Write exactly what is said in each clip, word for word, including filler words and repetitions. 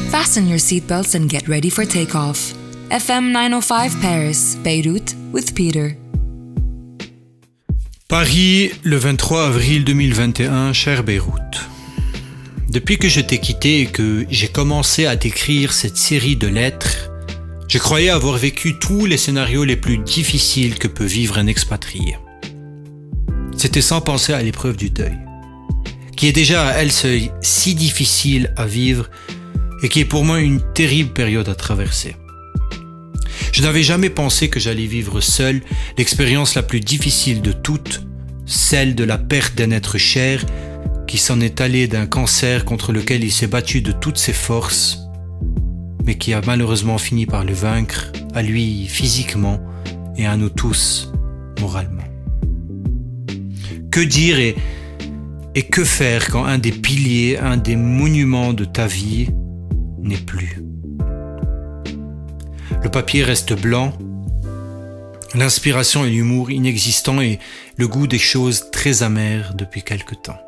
Fasten your seatbelts and get ready for takeoff. F M nine oh five Paris, Beirut with Peter. Paris, le vingt-trois avril deux mille vingt et un, cher Beyrouth. Depuis que je t'ai quitté et que j'ai commencé à t'écrire cette série de lettres, je croyais avoir vécu tous les scénarios les plus difficiles que peut vivre un expatrié. C'était sans penser à l'épreuve du deuil, qui est déjà à elle seule si difficile à vivre et qui est pour moi une terrible période à traverser. Je n'avais jamais pensé que j'allais vivre seul l'expérience la plus difficile de toutes, celle de la perte d'un être cher qui s'en est allé d'un cancer contre lequel il s'est battu de toutes ses forces, mais qui a malheureusement fini par le vaincre, à lui physiquement et à nous tous moralement. Que dire et, et que faire quand un des piliers, un des monuments de ta vie n'est plus? Le papier reste blanc, l'inspiration et l'humour inexistants et le goût des choses très amères depuis quelque temps.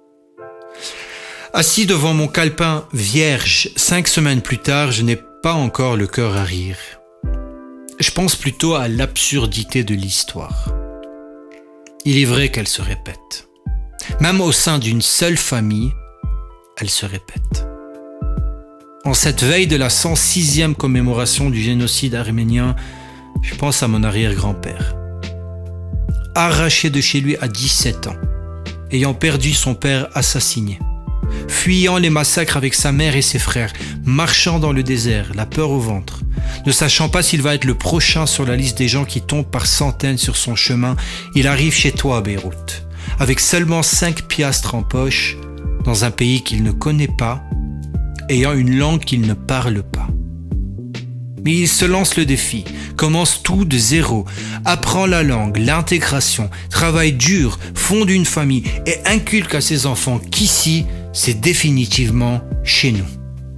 Assis devant mon calepin vierge, cinq semaines plus tard, je n'ai pas encore le cœur à rire. Je pense plutôt à l'absurdité de l'histoire. Il est vrai qu'elle se répète. Même au sein d'une seule famille, elle se répète. En cette veille de la cent sixième commémoration du génocide arménien, je pense à mon arrière-grand-père. Arraché de chez lui à dix-sept ans, ayant perdu son père assassiné, fuyant les massacres avec sa mère et ses frères, marchant dans le désert, la peur au ventre, ne sachant pas s'il va être le prochain sur la liste des gens qui tombent par centaines sur son chemin, il arrive chez toi à Beyrouth, avec seulement cinq piastres en poche, dans un pays qu'il ne connaît pas, ayant une langue qu'il ne parle pas. Mais il se lance le défi, commence tout de zéro, apprend la langue, l'intégration, travaille dur, fonde une famille et inculque à ses enfants qu'ici, c'est définitivement chez nous.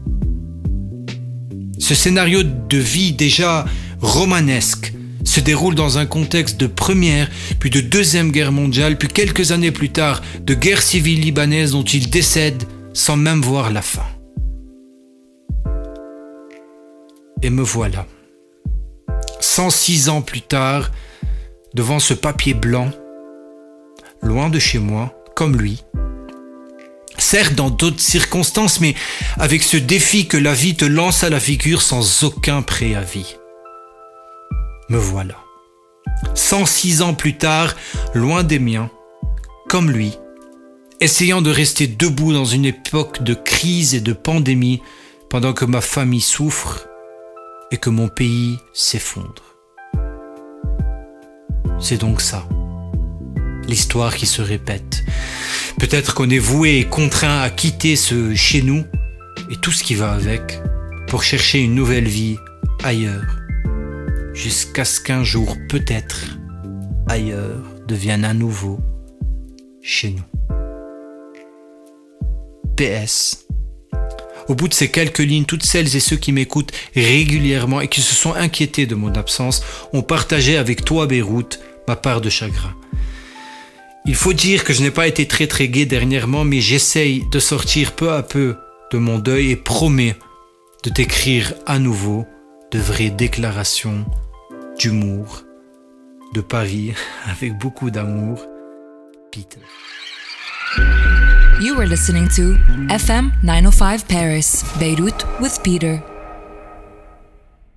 Ce scénario de vie déjà romanesque se déroule dans un contexte de première, puis de deuxième guerre mondiale, puis quelques années plus tard, de guerre civile libanaise dont il décède sans même voir la fin. Et me voilà, cent six ans plus tard, devant ce papier blanc, loin de chez moi, comme lui. Certes dans d'autres circonstances, mais avec ce défi que la vie te lance à la figure sans aucun préavis. Me voilà, cent six ans plus tard, loin des miens, comme lui, essayant de rester debout dans une époque de crise et de pandémie, pendant que ma famille souffre, et que mon pays s'effondre. C'est donc ça, l'histoire qui se répète. Peut-être qu'on est voué et contraint à quitter ce chez nous et tout ce qui va avec pour chercher une nouvelle vie ailleurs, jusqu'à ce qu'un jour, peut-être, ailleurs devienne à nouveau chez nous. P S Au bout de ces quelques lignes, toutes celles et ceux qui m'écoutent régulièrement et qui se sont inquiétés de mon absence ont partagé avec toi, Beyrouth, ma part de chagrin. Il faut dire que je n'ai pas été très très gai dernièrement, mais j'essaye de sortir peu à peu de mon deuil et promets de t'écrire à nouveau de vraies déclarations d'humour, de Paris, avec beaucoup d'amour. Peter. You were listening to F M nine oh five Paris, Beirut with Peter.